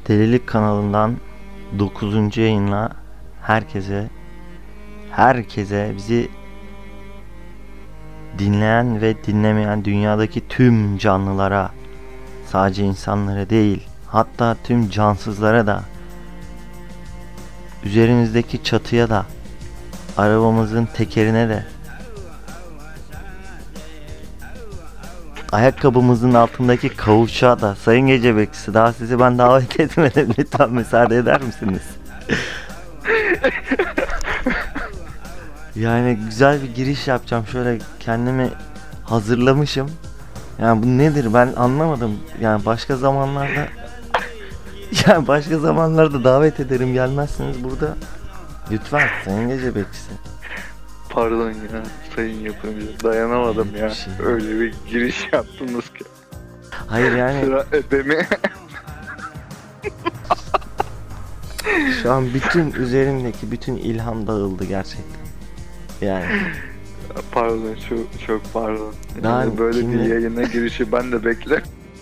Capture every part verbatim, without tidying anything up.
Delilik kanalından dokuzuncu yayınla herkese, herkese bizi dinleyen ve dinlemeyen dünyadaki tüm canlılara, sadece insanlara değil, hatta tüm cansızlara da, üzerimizdeki çatıya da, arabamızın tekerine de, ayakkabımızın altındaki kavuşağa da, sayın gece bekçisi, daha sizi ben davet etmedim, lütfen müsaade eder misiniz? Yani güzel bir giriş yapacağım, şöyle kendimi hazırlamışım. Yani bu nedir ben anlamadım. Yani başka zamanlarda yani başka zamanlarda davet ederim, gelmezsiniz burada. Lütfen sayın gece bekçisi. Pardon ya sayın yapımcı, dayanamadım ya. Şey. Öyle bir giriş yaptınız ki. Hayır yani Sıra ebemi. şu an bütün üzerimdeki bütün ilham dağıldı gerçekten. Yani Pardon, çok çok pardon. Daha Yani böyle kimle- bir yayına girişi ben de beklerim.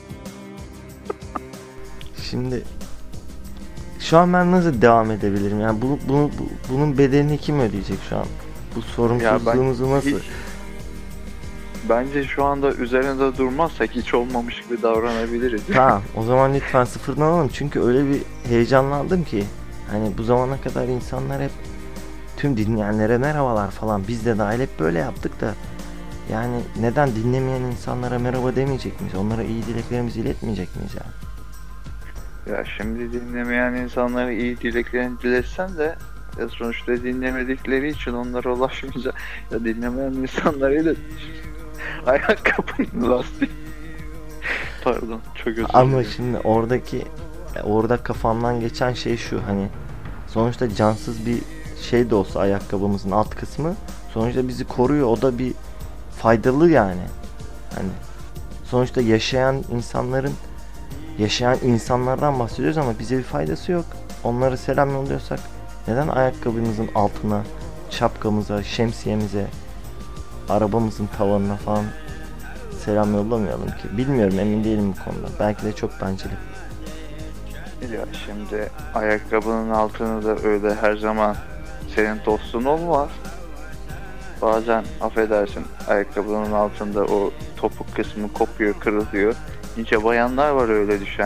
şimdi şu an ben nasıl devam edebilirim? Yani bunu, bunu bu- bunun bedelini kim ödeyecek şu an? Bu sorumsuzluğumuzu nasıl? hiç- Bence şu anda üzerinde durmazsak hiç olmamış gibi davranabiliriz. Tamam, o zaman lütfen sıfırdan alalım, çünkü öyle bir heyecanlandım ki hani bu zamana kadar insanlar hep, tüm dinleyenlere merhabalar falan, biz de dahil hep böyle yaptık da, yani neden dinlemeyen insanlara merhaba demeyecek miyiz? Onlara iyi dileklerimizi iletmeyecek miyiz ya? Ya şimdi dinlemeyen insanlara iyi dileklerini diletsen de ya sonuçta dinlemedikleri için onlara ulaşmayacak. Ya dinlemeyen insanlara ilet. Ayakkabının lastiği. Pardon, çok özür dilerim. Ama şimdi oradaki orada kafamdan geçen şey şu, hani sonuçta cansız bir şey de olsa ayakkabımızın alt kısmı sonuçta bizi koruyor, o da bir faydalı yani. Hani sonuçta yaşayan insanların yaşayan insanlardan bahsediyoruz ama bize bir faydası yok. Onlara selam yolluyorsak neden ayakkabımızın altına, şapkamıza, şemsiyemize, arabamızın tavanına falan selam yollamayalım ki? Bilmiyorum, emin değilim bu konuda. Belki de çok bencil. Ya şimdi ayakkabının altını da öyle her zaman senin dostun olmaz. Bazen affedersin, ayakkabının altında o topuk kısmı kopuyor, kırılıyor. Nice bayanlar var öyle düşen.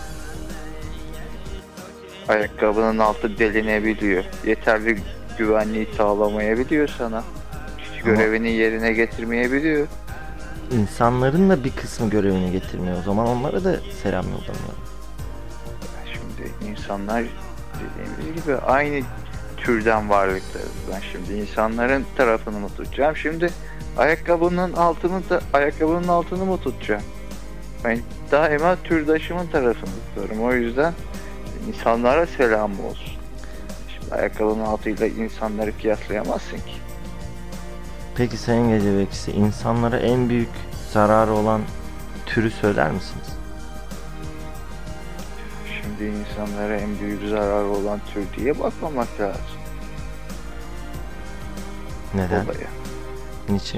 Ayakkabının altı delinebiliyor. Yeterli güvenliği sağlamayabiliyor sana. Görevini yerine getirmeyebiliyor. İnsanların da bir kısmı görevini getirmiyor. O zaman onlara da selam yollamayalım. Şimdi insanlar dediğimiz gibi aynı türden varlıklarız. Ben şimdi insanların tarafını mı tutacağım? Şimdi ayakkabının altını da ayakkabının altını mı tutacağım? Ben daima türdaşımın tarafını tutuyorum. O yüzden insanlara selam olsun. Şimdi ayakkabının altıyla insanları kıyaslayamazsın ki. Peki sayın gece bekçisi, insanlara en büyük zararı olan türü söyler misiniz? Şimdi insanlara en büyük zararı olan tür diye bakmamak lazım. Neden? Olaya. Niçin?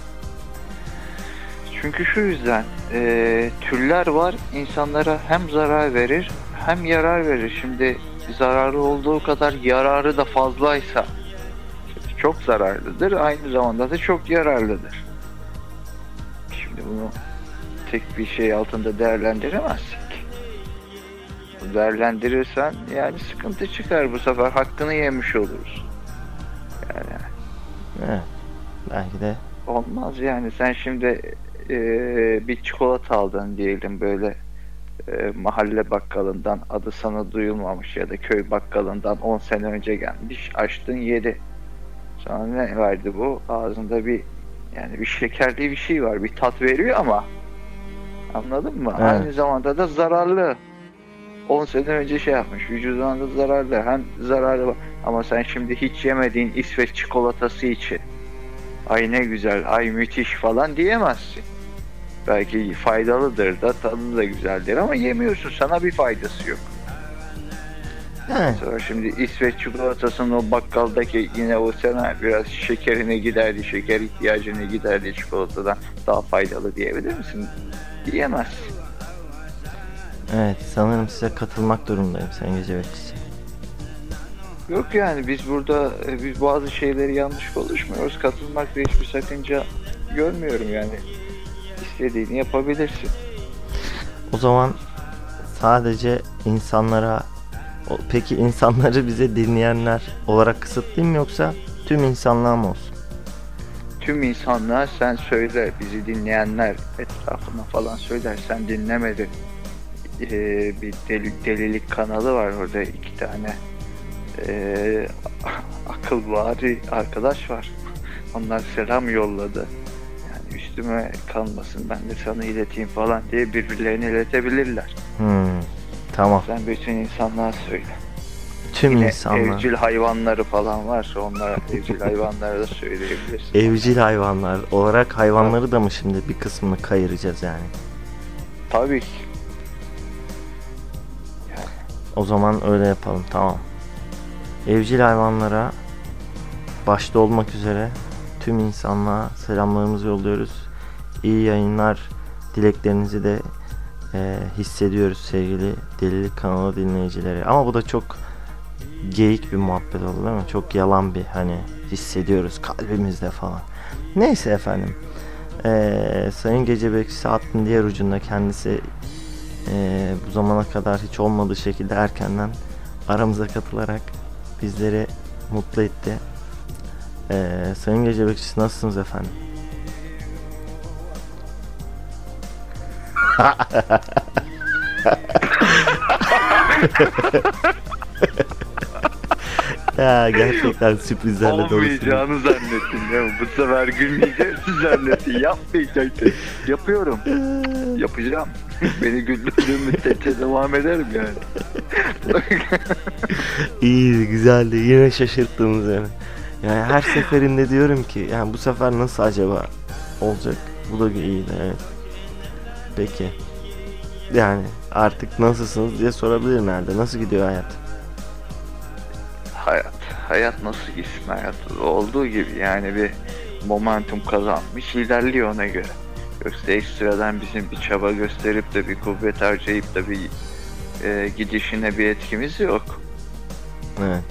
Çünkü şu yüzden e, türler var, insanlara hem zarar verir hem yarar verir. Şimdi zararı olduğu kadar yararı da fazlaysa çok zararlıdır, aynı zamanda da çok yararlıdır. Şimdi bunu tek bir şey altında değerlendiremezsin ki. Değerlendirirsen yani sıkıntı çıkar, bu sefer hakkını yemiş oluruz. Yani Evet. Belki de olmaz yani. Sen şimdi e, bir çikolata aldın diyelim, böyle e, mahalle bakkalından, adı sana duyulmamış ya da köy bakkalından on sene önce gelmiş, açtın yedi. Sana ne verdi bu? Ağzında bir, yani bir şekerli bir şey var, bir tat veriyor ama anladın mı? Evet. Aynı zamanda da zararlı. on sene önce şey yapmış, vücuduna da zararlı. Hem zararlı var ama sen şimdi hiç yemediğin İsveç çikolatası için ay ne güzel, ay müthiş falan diyemezsin. Belki faydalıdır da, tadı da güzeldir ama yemiyorsun, sana bir faydası yok. yani, Sonra şimdi İsveç çikolatasının o bakkaldaki yine o sana biraz şekerini giderdi, şeker ihtiyacını giderdi çikolatadan daha faydalı diyebilir misin? Diyemezsin. Evet, sanırım size katılmak durumundayım Sayın Gece Bekçisi. Yok yani biz burada e, biz bazı şeyleri yanlış konuşmuyoruz. Katılmakta hiçbir sakınca görmüyorum yani. İstediğini yapabilirsin. O zaman sadece insanlara, o- peki insanları bize dinleyenler olarak kısıtlayayım mı yoksa tüm insanlığa mı olsun? Tüm insanlığa sen söyle, bizi dinleyenler etrafına falan söyler. Sen dinlemedin. Ee, bir deli, delilik kanalı var orada, iki tane ee, akılvari arkadaş var. Onlar selam yolladı. Yani üstüme kalmasın, ben de sana ileteyim falan diye birbirlerine iletebilirler. Hmm, tamam. Sen bütün insanlığa söyle. Tüm Yine insanlar. evcil hayvanları falan varsa onlara, evcil hayvanlara da söyleyebilirsin. Evcil hayvanlar olarak hayvanları da mı şimdi bir kısmını kayıracağız yani? Tabii ki. O zaman öyle yapalım, tamam. Evcil hayvanlara başta olmak üzere tüm insanlığa selamlarımızı yolluyoruz. İyi yayınlar dileklerinizi de e, hissediyoruz sevgili Delilik kanalı dinleyicileri. Ama bu da çok geyik bir muhabbet oldu değil mi? Çok yalan bir, hani hissediyoruz kalbimizde falan. Neyse efendim. Ee, Sayın Gece Bekçisi hattın diğer ucunda, kendisi e, bu zamana kadar hiç olmadığı şekilde erkenden aramıza katılarak bizleri mutlu etti. Ee, Sayın Gece Bekçisi, nasılsınız efendim? Ya gerçekten sürprizlerle dolusunuz. Olmayacağını zannettin değil mi? Bu sefer gülmeyeceğini zannettin. Yapmayacaktın. Yapıyorum. Yapacağım. Beni güldürdüğün müddetçe devam ederim yani. İyiydi, güzeldi. Yine şaşırttınız yani. Yani her seferinde diyorum ki yani bu sefer nasıl acaba olacak? Bu da iyiydi, evet. Peki. Yani artık nasılsınız diye sorabilirim herhalde. Nasıl gidiyor hayat? Hayat. Hayat nasıl gitsin hayat? Olduğu gibi yani bir momentum kazanmış, ilerliyor ona göre. Yoksa ekstradan bizim bir çaba gösterip de bir kuvvet harcayıp da bir e, gidişine bir etkimiz yok. Evet.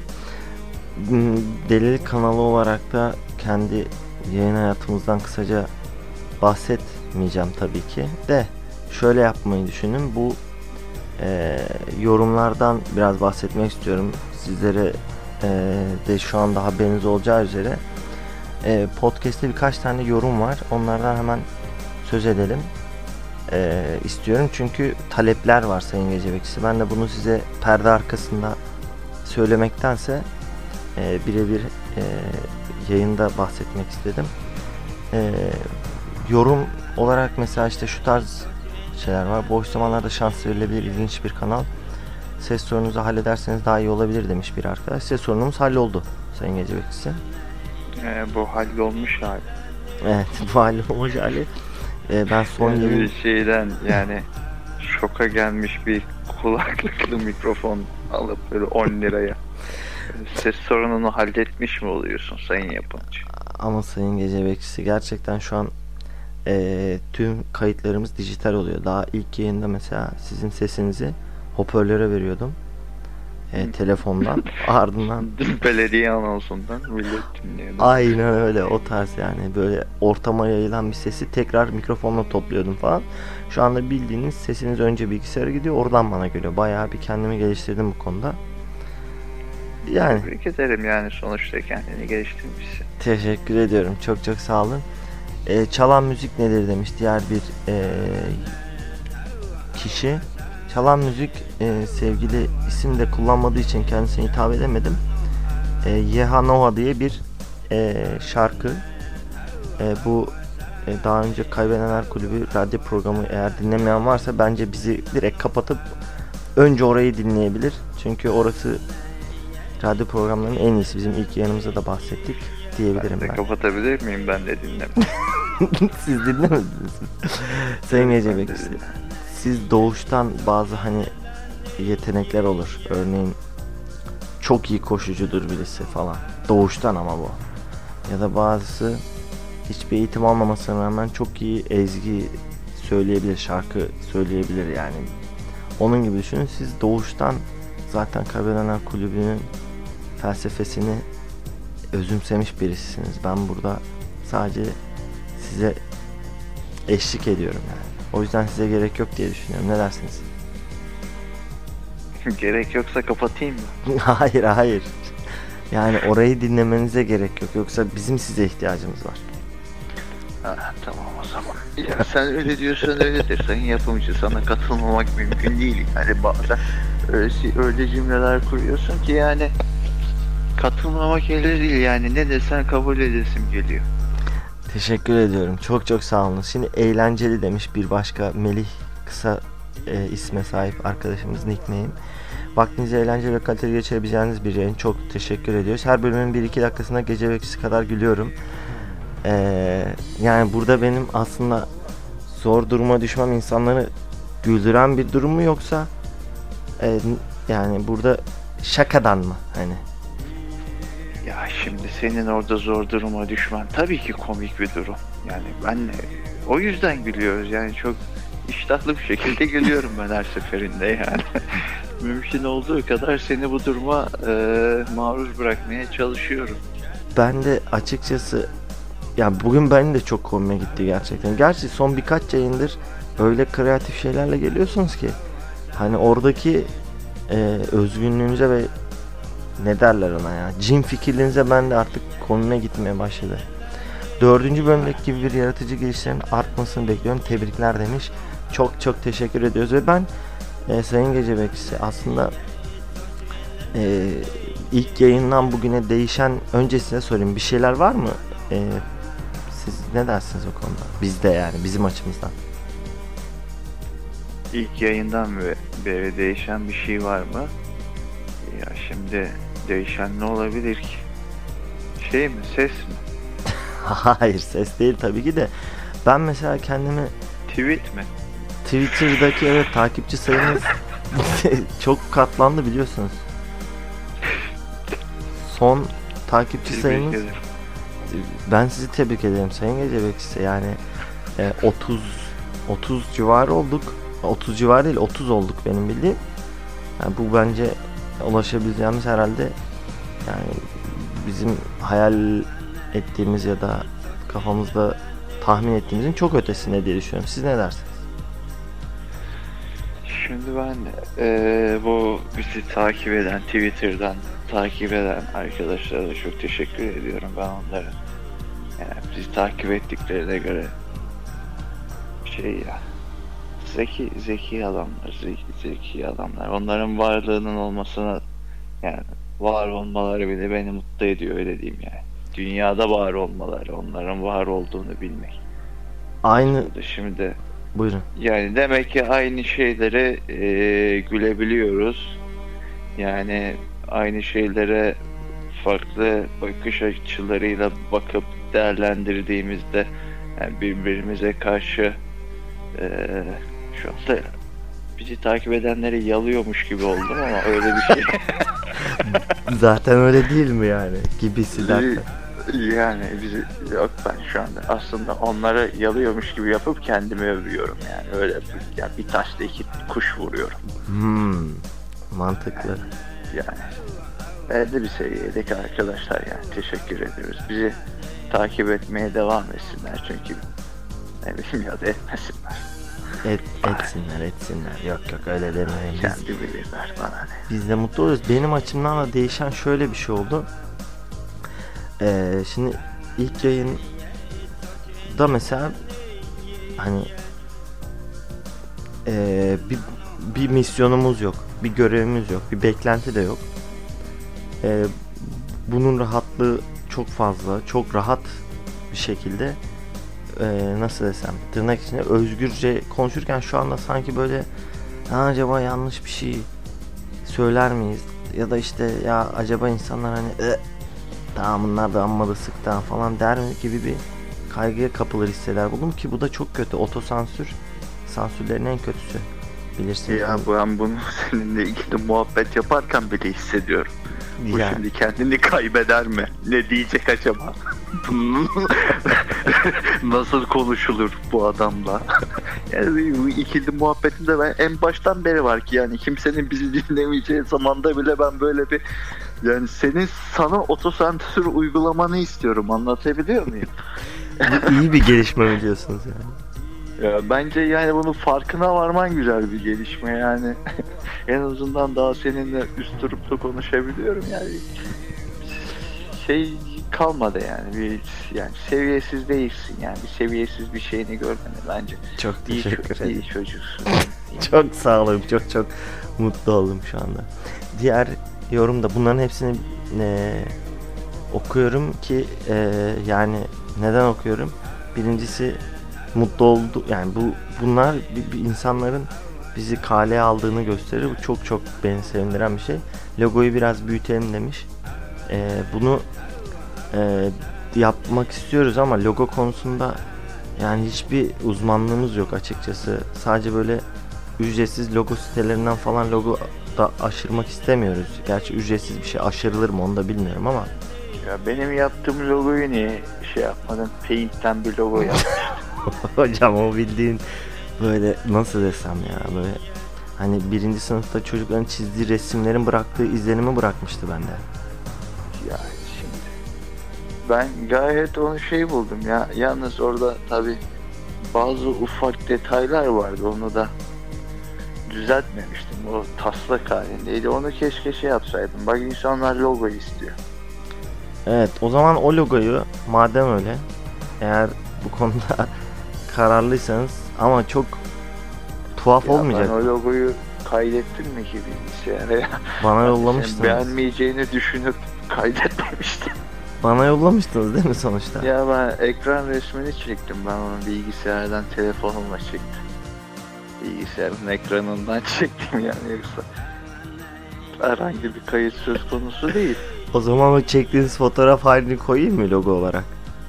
Hmm, Delilik kanalı olarak da kendi yayın hayatımızdan kısaca bahsetmeyeceğim tabii ki. De şöyle yapmayı düşündüm. Bu e, yorumlardan biraz bahsetmek istiyorum. Sizlere e, de şu anda haberiniz olacağı üzere e, podcast'te birkaç tane yorum var. Onlardan hemen söz edelim e, istiyorum. Çünkü talepler var Sayın Gece Bekçisi. Ben de bunu size perde arkasında söylemektense e, birebir e, yayında bahsetmek istedim. E, yorum olarak mesela işte şu tarz şeyler var. Boş zamanlarda şans verilebilir, ilginç bir kanal. Ses sorununuzu hallederseniz daha iyi olabilir demiş bir arkadaş. Ses sorunumuz halloldu Sayın Gece Bekçisi. E, bu hallolmuş hali. Evet, bu hallolmuş hali. E, ben son Yani yayın... bir şeyden yani şoka gelmiş bir kulaklıklı mikrofon alıp böyle on liraya ses sorununu halletmiş mi oluyorsun sayın yapımcı? Ama Sayın Gece Bekçisi gerçekten şu an e, tüm kayıtlarımız dijital oluyor. Daha ilk yayında mesela sizin sesinizi hoparlöre veriyordum. E, telefondan. Ardından Belediye anonsundan millet dinliyordu. aynen öyle, o tarz yani, böyle ortama yayılan bir sesi tekrar mikrofonla topluyordum falan. Şu anda bildiğiniz sesiniz önce bilgisayara gidiyor, oradan bana geliyor. Bayağı bir kendimi geliştirdim bu konuda. Yani Tebrik ederim yani, sonuçta kendini geliştirmişsin. teşekkür ediyorum. Çok çok sağ olun. E, çalan müzik nedir demiş diğer bir e, kişi. Çalan müzik e, sevgili isim de kullanmadığı için kendisine hitap edemedim. E, Yehanova diye bir e, şarkı. E, bu e, daha önce Kaybedenler Kulübü radyo programı, eğer dinlemeyen varsa bence bizi direkt kapatıp önce orayı dinleyebilir. Çünkü orası radyo programlarının en iyisi. Bizim ilk yayınımızda da bahsettik diyebilirim Ben de ben. kapatabilir miyim, ben de dinlemek. Siz dinlemediniz mi? Sayın Gece Bekçisi, siz doğuştan bazı hani yetenekler olur. Örneğin çok iyi koşucudur birisi falan. Doğuştan ama bu. Ya da bazısı hiçbir eğitim almamasına rağmen çok iyi ezgi söyleyebilir, şarkı söyleyebilir yani. Onun gibi düşünün. Siz doğuştan zaten Kaybederler Kulübü'nün felsefesini özümsemiş birisisiniz. Ben burada sadece size eşlik ediyorum yani. O yüzden size gerek yok diye düşünüyorum. Ne dersiniz? Gerek yoksa kapatayım mı? Hayır hayır. Yani orayı dinlemenize gerek yok. Yoksa bizim size ihtiyacımız var. Ha, tamam o zaman. Ya sen öyle diyorsan öyledir. Sen yapımcı, sana katılmamak mümkün değil. Hani bazen öyle, öyle cümleler kuruyorsun ki yani katılmamak elde değil yani. Ne desen kabul edesim geliyor. Teşekkür ediyorum. Çok çok sağ olun. Şimdi eğlenceli demiş bir başka Melih, kısa e, isme sahip arkadaşımız, nickname. Vaktinizi eğlenceli ve kaliteli geçirebileceğiniz bir yayın. Çok teşekkür ediyoruz. Her bölümün bir iki dakikasında gece bekçisi kadar gülüyorum. Ee, yani burada benim aslında zor duruma düşmem insanları güldüren bir durum mu, yoksa e, yani burada şakadan mı hani? Ya şimdi senin orada zor duruma düşmen tabii ki komik bir durum. Yani ben de o yüzden gülüyoruz yani, çok iştahlı bir şekilde gülüyorum ben her seferinde yani. Mümkün olduğu kadar seni bu duruma e, maruz bırakmaya çalışıyorum. Ben de açıkçası ya bugün benim de çok komime gitti gerçekten. Gerçi son birkaç yayındır öyle kreatif şeylerle geliyorsunuz ki hani oradaki e, özgünlüğünüze ve ne derler ona ya, cin fikirlerinize ben de artık konuna gitmeye başladı. Dördüncü bölümdeki gibi bir yaratıcı girişlerin artmasını bekliyorum. Tebrikler demiş. Çok çok teşekkür ediyoruz ve ben e, Sayın Gece Bekçisi aslında e, ilk yayından bugüne değişen, önce size sorayım, bir şeyler var mı? E, siz ne dersiniz o konuda? Bizde yani bizim açımızdan. İlk yayından beri değişen bir şey var mı? Ya şimdi değişen ne olabilir ki? Şey mi, ses mi? Hayır, ses değil tabii ki de. Ben mesela kendimi Tweet mi? Twitter'daki evet takipçi sayımız çok katlandı biliyorsunuz. Son takipçi Tebrik sayımız, ederim. ben sizi tebrik ederim Sayın Gece Bekçisi, yani e, otuz otuz civarı olduk. otuz civarı değil, otuz olduk benim bildiğim. Yani bu bence ulaşabileceğimiz herhalde, yani bizim hayal ettiğimiz ya da kafamızda tahmin ettiğimizin çok ötesinde diye düşünüyorum. Siz ne dersiniz? Şimdi ben eee, bu bizi takip eden, Twitter'dan takip eden arkadaşlara da çok teşekkür ediyorum. Ben onların yani bizi takip ettiklerine göre şey ya, zeki zeki adamlar, zeki, zeki adamlar. Onların varlığının olmasına, yani var olmaları bile beni mutlu ediyor, öyle diyeyim yani. Dünyada var olmaları, onların var olduğunu bilmek. Aynı, Şimdi buyurun. yani demek ki aynı şeylere e, gülebiliyoruz. Yani aynı şeylere farklı bakış açılarıyla bakıp değerlendirdiğimizde yani birbirimize karşı e, şu anda bizi takip edenleri yalıyormuş gibi oldum ama öyle bir şey. Zaten öyle değil mi yani? Gibisi zaten. Yani bizi yok, ben şu anda aslında onları yalıyormuş gibi yapıp kendimi övüyorum yani, öyle yani bir taşla iki kuş vuruyorum. Hmm, mantıklı. Yani belli bir seviyedeki arkadaşlar, yani teşekkür ediyoruz. Bizi takip etmeye devam etsinler çünkü ne bileyim ya da etmesinler. Et, etsinler etsinler. Yok yok öyle demeyin. Biz, Kendi bilirler bana ne. biz de mutlu oluruz. Benim açımdan da değişen şöyle bir şey oldu. Ee, şimdi ilk yayında mesela hani ee, bir, bir misyonumuz yok. Bir görevimiz yok. Bir beklenti de yok. Ee, bunun rahatlığı çok fazla. Çok rahat bir şekilde Ee, nasıl desem, tırnak içinde özgürce konuşurken şu anda sanki böyle acaba yanlış bir şey söyler miyiz ya da işte ya acaba insanlar hani e, tamam bunlar da amma da sıktan falan der mi gibi bir kaygıya kapılır hisseder buldum ki bu da çok kötü. Otosansür sansürlerin en kötüsü, bilirsiniz. Ya ben bunu seninle ilgili muhabbet yaparken bile hissediyorum. Bu Yani. şimdi kendini kaybeder mi? Ne diyecek acaba? Nasıl konuşulur bu adamla? Yani bu ikili muhabbetinde ben en baştan beri var ki yani kimsenin bizi dinlemeyeceği zamanda bile ben böyle bir yani senin sana otosentür uygulamanı istiyorum. Anlatabiliyor muyum? Bu iyi bir gelişme mi diyorsunuz yani? Ya bence yani bunun farkına varman güzel bir gelişme yani. En azından daha seninle üst durup da konuşabiliyorum yani. Şey kalmadı yani bir yani seviyesiz değilsin yani bir seviyesiz bir şeyini görmeni bence. Çok İyi, teşekkür ederim. iyi çocuksun. Çok sağ olun. Çok çok mutlu oldum şu anda. Diğer yorumda bunların hepsini e, okuyorum ki e, yani neden okuyorum? Birincisi mutlu oldu. Yani bu bunlar bir, bir insanların bizi kaleye aldığını gösterir. Bu çok çok beni sevindiren bir şey. Logoyu biraz büyütelim demiş. E, bunu e, yapmak istiyoruz ama logo konusunda yani hiçbir uzmanlığımız yok açıkçası. Sadece böyle ücretsiz logo sitelerinden falan logo da aşırmak istemiyoruz. Gerçi ücretsiz bir şey aşırılır mı onu da bilmiyorum ama. Ya benim yaptığım logoyu niye şey yapmadın? Paint'ten bir logo yaptım. Hocam o bildiğin böyle nasıl desem ya böyle hani birinci sınıfta çocukların çizdiği resimlerin bıraktığı izlenimi bırakmıştı bende. Ya şimdi ben gayet onu şey buldum ya. Yalnız orada tabi bazı ufak detaylar vardı. Onu da düzeltmemiştim. O taslak halindeydi. Onu keşke şey yapsaydım. Bak insanlar logo istiyor. Evet o zaman o logoyu madem öyle eğer bu konuda kararlıysanız ama çok tuhaf Ya olmayacak. ben o logoyu kaydettim mi ki bilgisayara ya? Bana yollamıştınız. Beğenmeyeceğini düşünüp kaydetmemiştim. Bana yollamıştınız değil mi sonuçta? Ya ben ekran resmini çektim. Ben onu bilgisayardan telefonumla çektim. Bilgisayarın ekranından çektim yani yoksa herhangi bir kayıt söz konusu değil. O zaman o çektiğiniz fotoğraf halini koyayım mı logo olarak?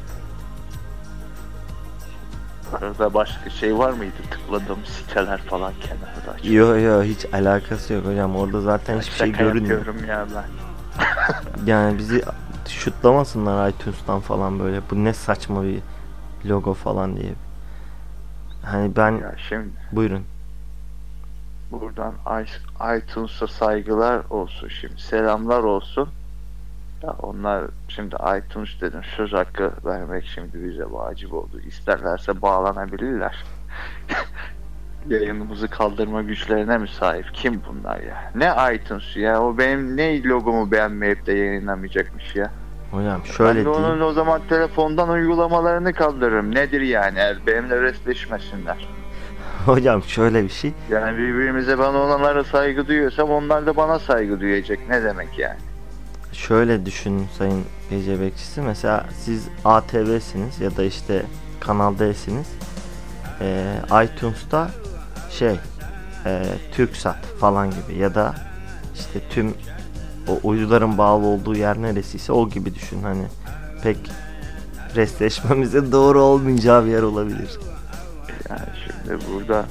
Arada başka şey var mıydı? Tıkladığım siteler falan kenarda açık. Yo yo hiç alakası yok hocam. Orada zaten hiçbir şey Şaka görünmüyor. yapıyorum ya ben. Yani bizi şutlamasınlar iTunes'tan falan böyle. Bu ne saçma bir logo falan diye. Hani ben Ya şimdi buyurun. buradan iTunes'a saygılar olsun şimdi. Selamlar olsun. Ya onlar şimdi iTunes dedim söz hakkı vermek şimdi bize vacip oldu. İsterlerse bağlanabilirler. Yayınımızı kaldırma güçlerine mi sahip? Kim bunlar ya? Ne iTunes ya? O benim ne logomu beğenmeyip de yayınlamayacakmış ya. Hocam şöyle ben de onun diyeyim. o zaman telefondan uygulamalarını kaldırırım. Nedir yani? Benimle restleşmesinler. Hocam şöyle bir şey. Yani birbirimize ben onlara saygı duyuyorsam onlar da bana saygı duyacak. Ne demek yani? Şöyle düşünün sayın P C bekçisi. Mesela siz A T V'siniz ya da işte Kanal D'siniz. Ee, iTunes'ta şey e, Türksat falan gibi ya da işte tüm o uyduların bağlı olduğu yer neresiyse o gibi düşün. Hani pek restleşmemize doğru olmayacağı bir yer olabilir. Yani şimdi burada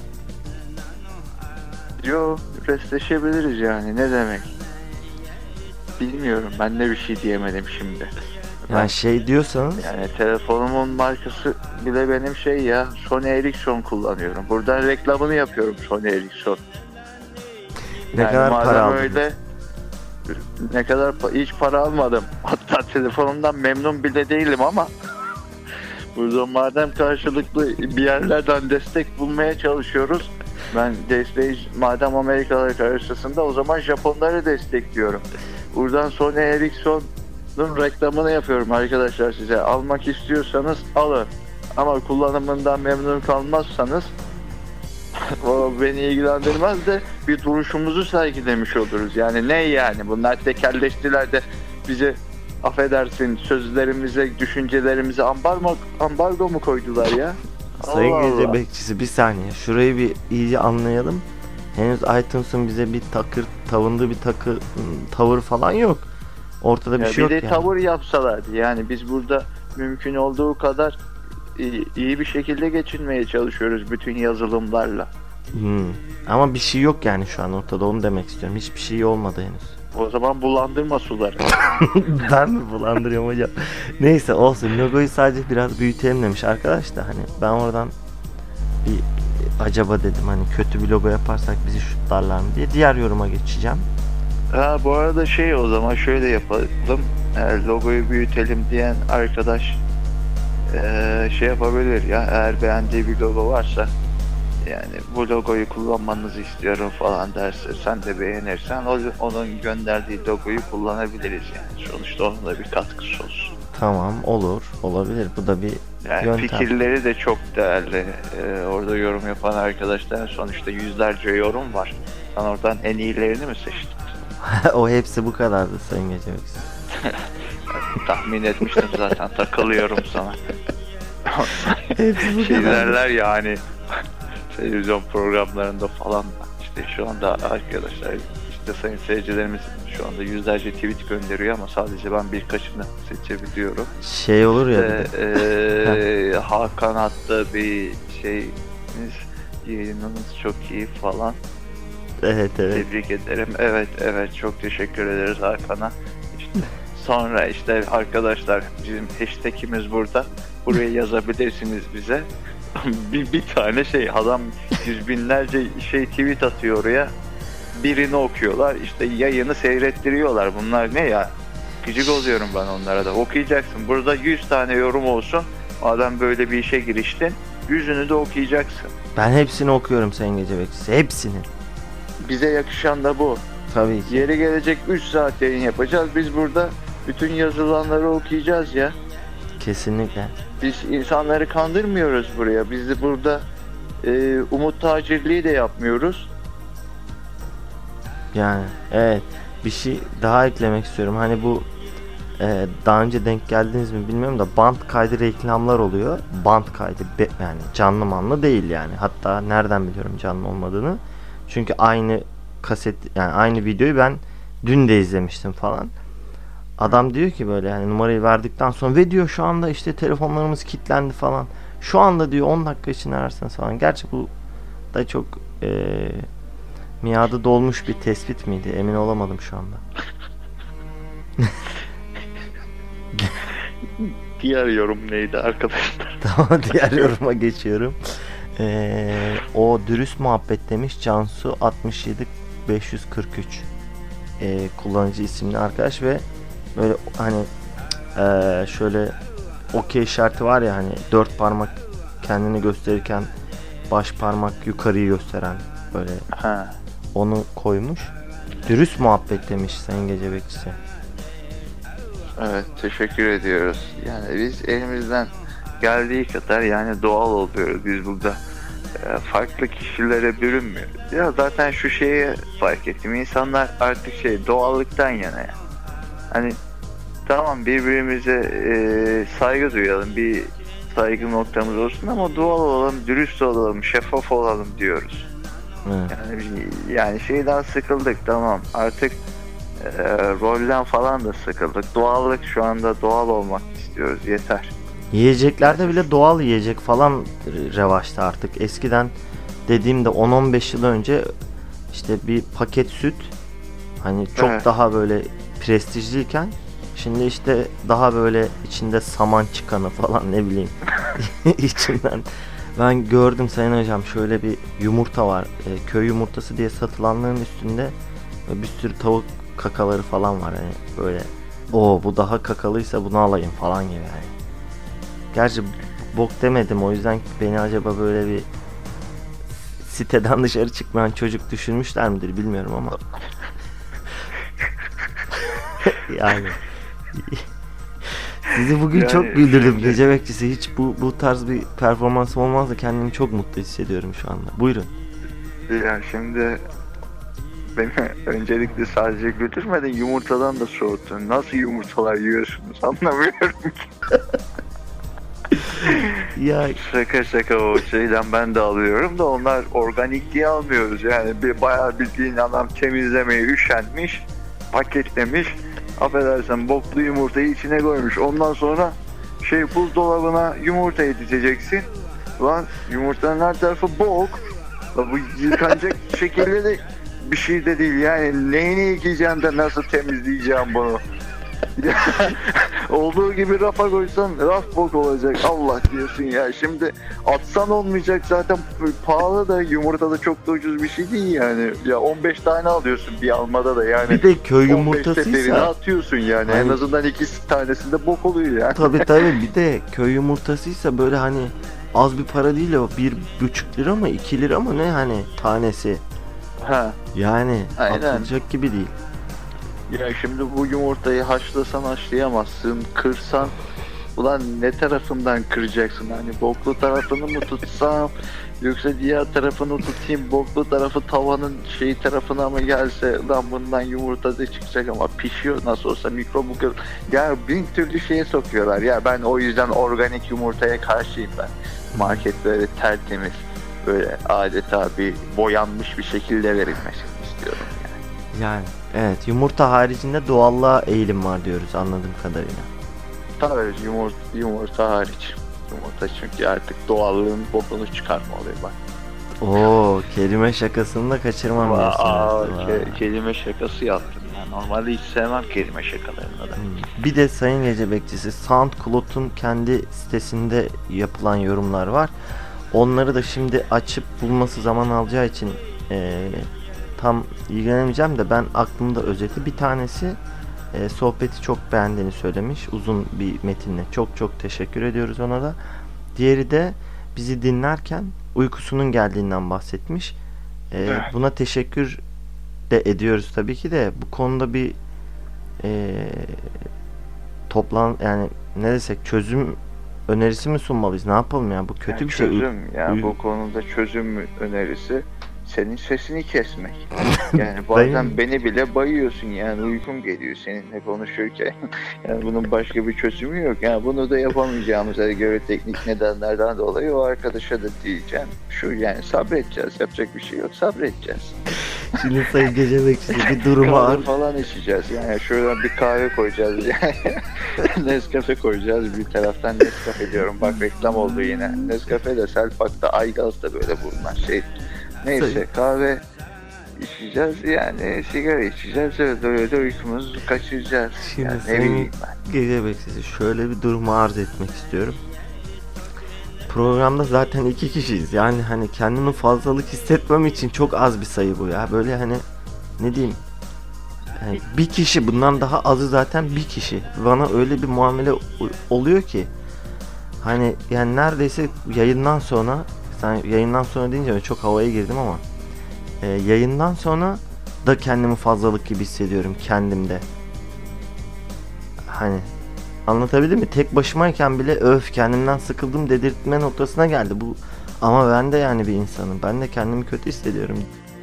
yo restleşebiliriz yani ne demek? Bilmiyorum ben de bir şey diyemedim şimdi. Yani şey diyorsanız Yani telefonumun markası bile benim şey ya Sony Ericsson kullanıyorum. Buradan reklamını yapıyorum Sony Ericsson. ne Yani kadar madem para aldınız? öyle ne kadar pa- hiç para almadım. Hatta telefonumdan memnun bile değilim ama burada madem karşılıklı bir yerlerden destek bulmaya çalışıyoruz. Ben desteği madem Amerikalılar karşısında o zaman Japonları destekliyorum. Buradan Sony Ericsson'un reklamını yapıyorum arkadaşlar size. Almak istiyorsanız alın. Ama kullanımından memnun kalmazsanız o beni ilgilendirmez de bir duruşumuzu sergilemiş oluruz. Yani ne yani bunlar tekelleştiler de bize affedersin sözlerimize, düşüncelerimize ambargo, ambargo mu koydular ya? Sayın Allah Gece Allah. Bekçisi bir saniye. Şurayı bir iyice anlayalım. Henüz iTunes'un bize bir takır tavındığı bir takı tavır falan yok. Ortada bir Ya şey bir yok de yani. tavır yapsalardı. Yani biz burada mümkün olduğu kadar iyi, iyi bir şekilde geçinmeye çalışıyoruz bütün yazılımlarla. Hmm. Ama bir şey yok yani şu an ortada onu demek istiyorum. Hiçbir şey olmadı henüz. O zaman bulandırma suları. Ben mi bulandırıyorum hocam? Neyse olsun, logoyu sadece biraz büyütelim demiş arkadaş da, hani ben oradan bir acaba dedim, hani kötü bir logo yaparsak bizi şutlarlar mı diye diğer yoruma geçeceğim. Ha, bu arada şey, o zaman şöyle yapalım. E, logoyu büyütelim diyen arkadaş e, şey yapabilir ya, eğer beğendiği bir logo varsa, yani bu logoyu kullanmanızı istiyorum falan derse, sen de beğenirsen o, onun gönderdiği logoyu kullanabiliriz yani. Sonuçta onun da bir katkısı olsun. Tamam, olur, olabilir, bu da bir Yani yöntem. fikirleri de çok değerli. Ee, orada yorum yapan arkadaşlar, sonuçta yüzlerce yorum var. Sen oradan en iyilerini mi seçtin? O hepsi bu kadardı Sayın Gecebek. Tahmin etmiştim zaten, takılıyorum sana. Hepsi bu Şey kadar. derler ya hani televizyon programlarında falan, işte şu anda arkadaşlar, işte sayın seyircilerimiz şu anda yüzlerce tweet gönderiyor ama sadece ben birkaçını seçebiliyorum. Şey olur ya bir de. İşte, eee, Hakan attı bir şeyiniz, yayınınız çok iyi falan. Evet evet. Tebrik ederim. Evet evet, çok teşekkür ederiz Hakan'a. İşte sonra işte arkadaşlar, bizim hashtag'imiz burada. Buraya yazabilirsiniz bize. bir, bir tane şey, adam yüz binlerce şey tweet atıyor oraya. Birini okuyorlar, işte yayını seyrettiriyorlar. Bunlar ne ya? Gıcık oluyorum ben onlara da. Okuyacaksın. Burada yüz tane yorum olsun. Madem böyle bir işe giriştin, yüzünü de okuyacaksın. Ben hepsini okuyorum Sayın Gecebek. Hepsini. Bize yakışan da bu. Tabii ki. Yeri gelecek üç saat yayın yapacağız. Biz burada bütün yazılanları okuyacağız ya. Kesinlikle. Biz insanları kandırmıyoruz buraya. Biz de burada e, umut tacirliği de yapmıyoruz. Yani evet, bir şey daha eklemek istiyorum. Hani bu e, daha önce denk geldiniz mi bilmiyorum da, band kaydı reklamlar oluyor. Band kaydı be, yani canlı manlı değil yani. Hatta nereden biliyorum canlı olmadığını? Çünkü aynı kaset, yani aynı videoyu ben dün de izlemiştim falan. Adam diyor ki böyle, yani numarayı verdikten sonra, ve diyor şu anda işte telefonlarımız kilitlendi falan. Şu anda diyor on dakika için ararsanız falan. Gerçi bu da çok e, miadı dolmuş bir tespit miydi? Emin olamadım şu anda. Diğer yorum neydi arkadaşlar? Tamam, diğer yoruma geçiyorum. Ee, o dürüst muhabbet demiş Cansu altmış yedi beş yüz kırk üç ee, kullanıcı isimli arkadaş ve böyle hani ee, şöyle okey işareti var ya, hani dört parmak kendini gösterirken baş parmak yukarıyı gösteren, böyle Ha. onu koymuş. Dürüst muhabbet demiş Sayın Gece Bekçisi. Evet, teşekkür ediyoruz. Yani biz elimizden geldiği kadar yani doğal oluyoruz. Biz burada e, farklı kişilere bürünmüyoruz. Ya zaten şu şeyi fark ettim. İnsanlar artık şey, doğallıktan yana ya. Hani tamam, birbirimize e, saygı duyalım, bir saygı noktamız olsun ama doğal olalım, dürüst olalım, şeffaf olalım diyoruz. Evet. Yani, yani şeyden sıkıldık, tamam artık e, rolden falan da sıkıldık. Doğallık, şu anda doğal olmak istiyoruz, yeter. Yiyeceklerde bile doğal yiyecek falan revaçta artık. Eskiden dediğimde on on beş yıl önce işte bir paket süt hani çok Evet. daha böyle prestijliyken, şimdi işte daha böyle içinde saman çıkanı falan, ne bileyim içinden. Ben gördüm Sayın Hocam, şöyle bir yumurta var, e, köy yumurtası diye satılanların üstünde bir sürü tavuk kakaları falan var, hani böyle o bu daha kakalıysa bunu alayım falan gibi yani. Gerçi bok demedim, o yüzden beni acaba böyle bir siteden dışarı çıkmayan çocuk düşünmüşler midir bilmiyorum ama yani sizi bugün Yani çok güldürdüm şimdi- Gece Bekçisi. Hiç bu bu tarz bir performansım olmaz da kendimi çok mutlu hissediyorum şu anda. Buyurun. Yani şimdi beni öncelikle sadece güldürmedin, yumurtadan da soğuttun. Nasıl yumurtalar yiyorsunuz anlamıyorum ki. Ya Şaka şaka, o şeyden ben de alıyorum da onlar organik diye almıyoruz. Yani bir bayağı bildiğin adam temizlemeye üşenmiş, paketlemiş. Affedersen boklu yumurtayı içine koymuş. Ondan sonra şey, buzdolabına yumurtayı dizeceksin. Lan yumurtanın her tarafı bok. La bu yıkanacak şekilde de bir şey de değil yani, neyini yıkayacağım da nasıl temizleyeceğim bunu? Olduğu gibi rafa koysan raf bok olacak, Allah diyorsun ya. Şimdi atsan olmayacak zaten, pahalı da, yumurta da çok da ucuz bir şey değil yani. Ya on beş tane alıyorsun bir almada da yani. Bir de köy on beş seferine yumurtasıysa atıyorsun yani. Hani- En azından iki tanesinde bok oluyor yani. tabii tabii bir de köy yumurtasıysa böyle hani az bir para değil o, bir buçuk lira mı iki lira mı ne hani tanesi. Ha. Yani Aynen. atılacak gibi değil. Ya şimdi bu yumurtayı haşlasan haşlayamazsın, kırsan ulan ne tarafından kıracaksın, hani boklu tarafını mı tutsam yoksa diğer tarafını tutayım, boklu tarafı tavanın şey tarafına mı gelse, ulan bundan yumurta da çıkacak ama pişiyor nasıl olsa, mikrobu kır. Ya bin türlü şeye sokuyorlar ya, ben o yüzden organik yumurtaya karşıyım ben. Market böyle tertemiz, böyle adeta bir boyanmış bir şekilde verilmesini istiyorum yani. Yani evet, yumurta haricinde doğallığa eğilim var diyoruz anladığım kadarıyla. Tabii yumurta, yumurta hariç. Yumurta çünkü artık doğallığın bokunu çıkarma oluyor bak. Oo, kelime şakasını da kaçırmam Aa, diyorsunuz. ke- Vay. kelime şakası yaptım ya. Normalde hiç sevmem kelime şakalarını da. Hmm. Bir de Sayın Gece Bekçisi, SoundCloud'un kendi sitesinde yapılan yorumlar var. Onları da şimdi açıp bulması zaman alacağı için eee, tam ilgilenemeyeceğim de ben aklımda özeti bir tanesi eee, sohbeti çok beğendiğini söylemiş. Uzun bir metinle. Çok çok teşekkür ediyoruz ona da. Diğeri de bizi dinlerken uykusunun geldiğinden bahsetmiş. Eee, Evet. Buna teşekkür de ediyoruz tabii ki de bu konuda bir eee toplan yani ne desek çözüm önerisi mi sunmalıyız? Ne yapalım ya? Bu kötü Yani bir şey. Uy- çözüm ya uy- bu konuda çözüm önerisi senin sesini kesmek. Yani bazen Dayım. beni bile bayıyorsun yani, uykum geliyor seninle konuşurken. Yani bunun başka bir çözümü yok. Yani bunu da yapamayacağımıza göre teknik nedenlerden dolayı o arkadaşa da diyeceğim. Şu yani sabredeceğiz. Yapacak bir şey yok. Sabredeceğiz. Şimdi Sayın Gece Bekçisi bir durumu Kahve ar falan içeceğiz. Yani şuradan bir kahve koyacağız yani. Nescafe koyacağız bir taraftan. Nescafe diyorum. Bak reklam oldu yine. Nescafe de, Selpak'ta, Aygaz'da böyle bulunan şey. Neyse kahve içeceğiz yani, sigara içeceğiz, öyle öyle uykumuzu kaçıracağız. Şimdi Yani ne Sayın bileyim ben. Gece Bekçisi şöyle bir durumu arz etmek istiyorum. Programda zaten iki kişiyiz. Yani hani kendimi fazlalık hissetmem için çok az bir sayı bu ya. Böyle hani ne diyeyim? Yani bir kişi, bundan daha azı zaten bir kişi. Bana öyle bir muamele o- oluyor ki hani yani neredeyse yayından sonra, sen yayından sonra deyince ben çok havaya girdim ama e, yayından sonra da kendimi fazlalık gibi hissediyorum kendimde. Hani anlatabildim mi? Tek başımayken bile öf kendimden sıkıldım dedirtme noktasına geldi bu. Ama ben de yani bir insanım. Ben de kendimi kötü hissediyorum.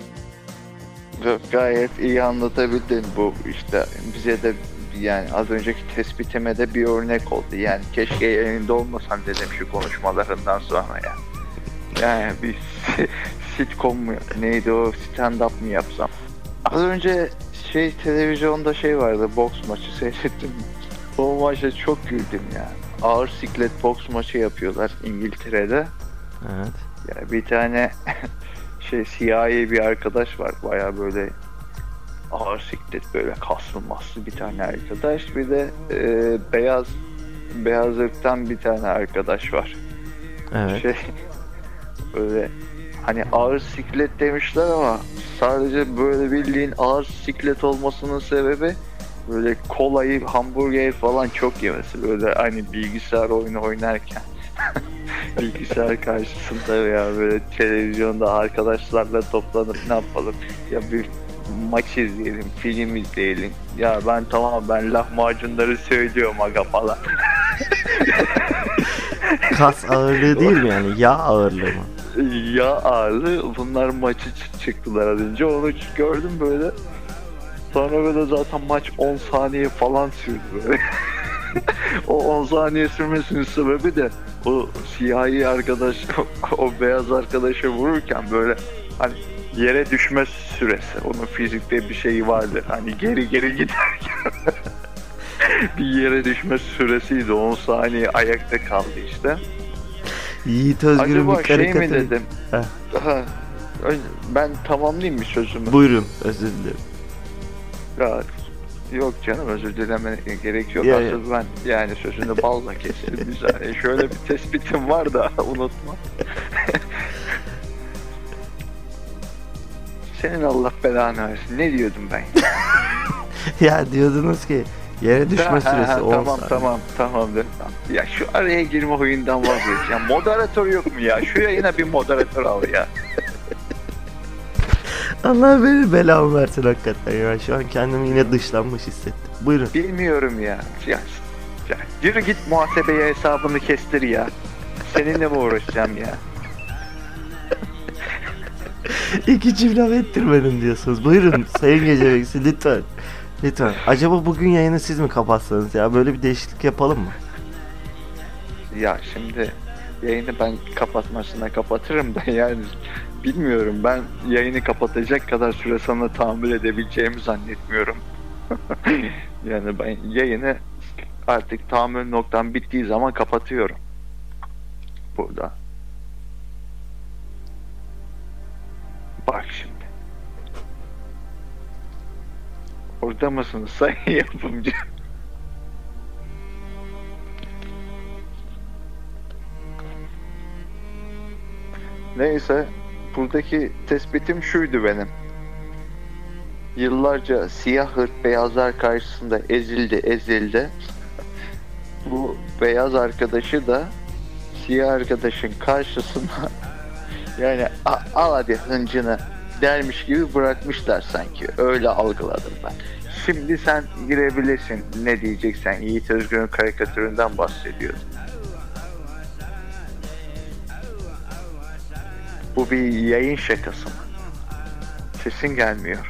Gayet iyi anlatabildin, bu işte bize de yani az önceki tespitime de bir örnek oldu. Yani keşke yayında olmasan dedim şu konuşmalarından sonra ya. Yani bir sitcom mu, neydi o, stand up mı yapsam. Az önce şey televizyonda şey vardı, boks maçı seyrettim. O maçta çok güldüm ya. Ağır siklet boks maçı yapıyorlar İngiltere'de. Evet. Ya bir tane şey siyahi bir arkadaş var, baya böyle ağır siklet, böyle kaslı maslı bir tane arkadaş. Bir de e, beyaz beyaz ırktan bir tane arkadaş var. Evet. Şey böyle hani ağır siklet demişler ama sadece böyle bildiğin ağır siklet olmasının sebebi böyle kolayı, hamburger falan çok yemesi. Böyle hani bilgisayar oyunu oynarken bilgisayar karşısında veya böyle televizyonda arkadaşlarla toplanıp ne yapalım ya, bir maç izleyelim, film izleyelim. Ya ben tamam, ben lahmacunları söylüyorum aga falan. Kas ağırlığı değil mi yani? Yağ ağırlığı mı? Ya ağırlığı, bunlar maçı ç- çıktılar az önce, onu gördüm böyle. Sonra böyle zaten maç on saniye falan sürdü böyle. O on saniye sürmesinin sebebi de o siyahi arkadaş o beyaz arkadaşa vururken böyle hani yere düşme süresi. Onun fizikte bir şeyi vardır. Hani geri geri giderken bir yere düşme süresiydi. on saniye ayakta kaldı işte. Yiğit Özgür'ün Acaba bir şey mi karikatürü. dedim? Heh. Ha, ben tamamlayayım mı sözümü? Buyurun, özür dilerim. Ya, yok canım, özür dileme gerek yok. Ya, Asıl ben yani sözünü balla kestim bir saniye. Şöyle bir tespitim var da unutma. Senin Allah belanı versin. Ne diyordum ben? Ya diyordunuz ki yere düşme Ha, süresi ha, on tamam saniye. tamam tamam tamam. Ya şu araya girme huyundan vazgeç. Ya moderatör yok mu ya? Şu yayına bir moderatör al ya. Allah beni belamı versin hakikaten ya. Şu an kendimi yine dışlanmış hissettim. Buyurun. Bilmiyorum ya. Ya, ya yürü git muhasebeye hesabını kestir ya. Seninle mi uğraşacağım ya? İki çift laf ettirmedim diyorsunuz. Buyurun Sayın Gece Bekçisi, lütfen. Lütfen. Acaba bugün yayını siz mi kapatsanız ya? Böyle bir değişiklik yapalım mı? Ya şimdi yayını ben kapatmasına kapatırım da yani bilmiyorum, ben yayını kapatacak kadar süre sana tahammül edebileceğimi zannetmiyorum. Yani ben yayını artık tahammül noktam bittiği zaman kapatıyorum. Burada. Bak şimdi. Orada mısınız sayın yapımcı? Neyse, buradaki tespitim şuydu benim. Yıllarca siyah hırt beyazlar karşısında ezildi ezildi. Bu beyaz arkadaşı da siyah arkadaşın karşısına yani "A- al hadi hıncını" dermiş gibi bırakmışlar sanki. Öyle algıladım ben. Şimdi sen girebilirsin, ne diyeceksen. Yiğit Özgür'ün karikatüründen bahsediyordum. Bu bir yayın şakası mı? Sesin gelmiyor.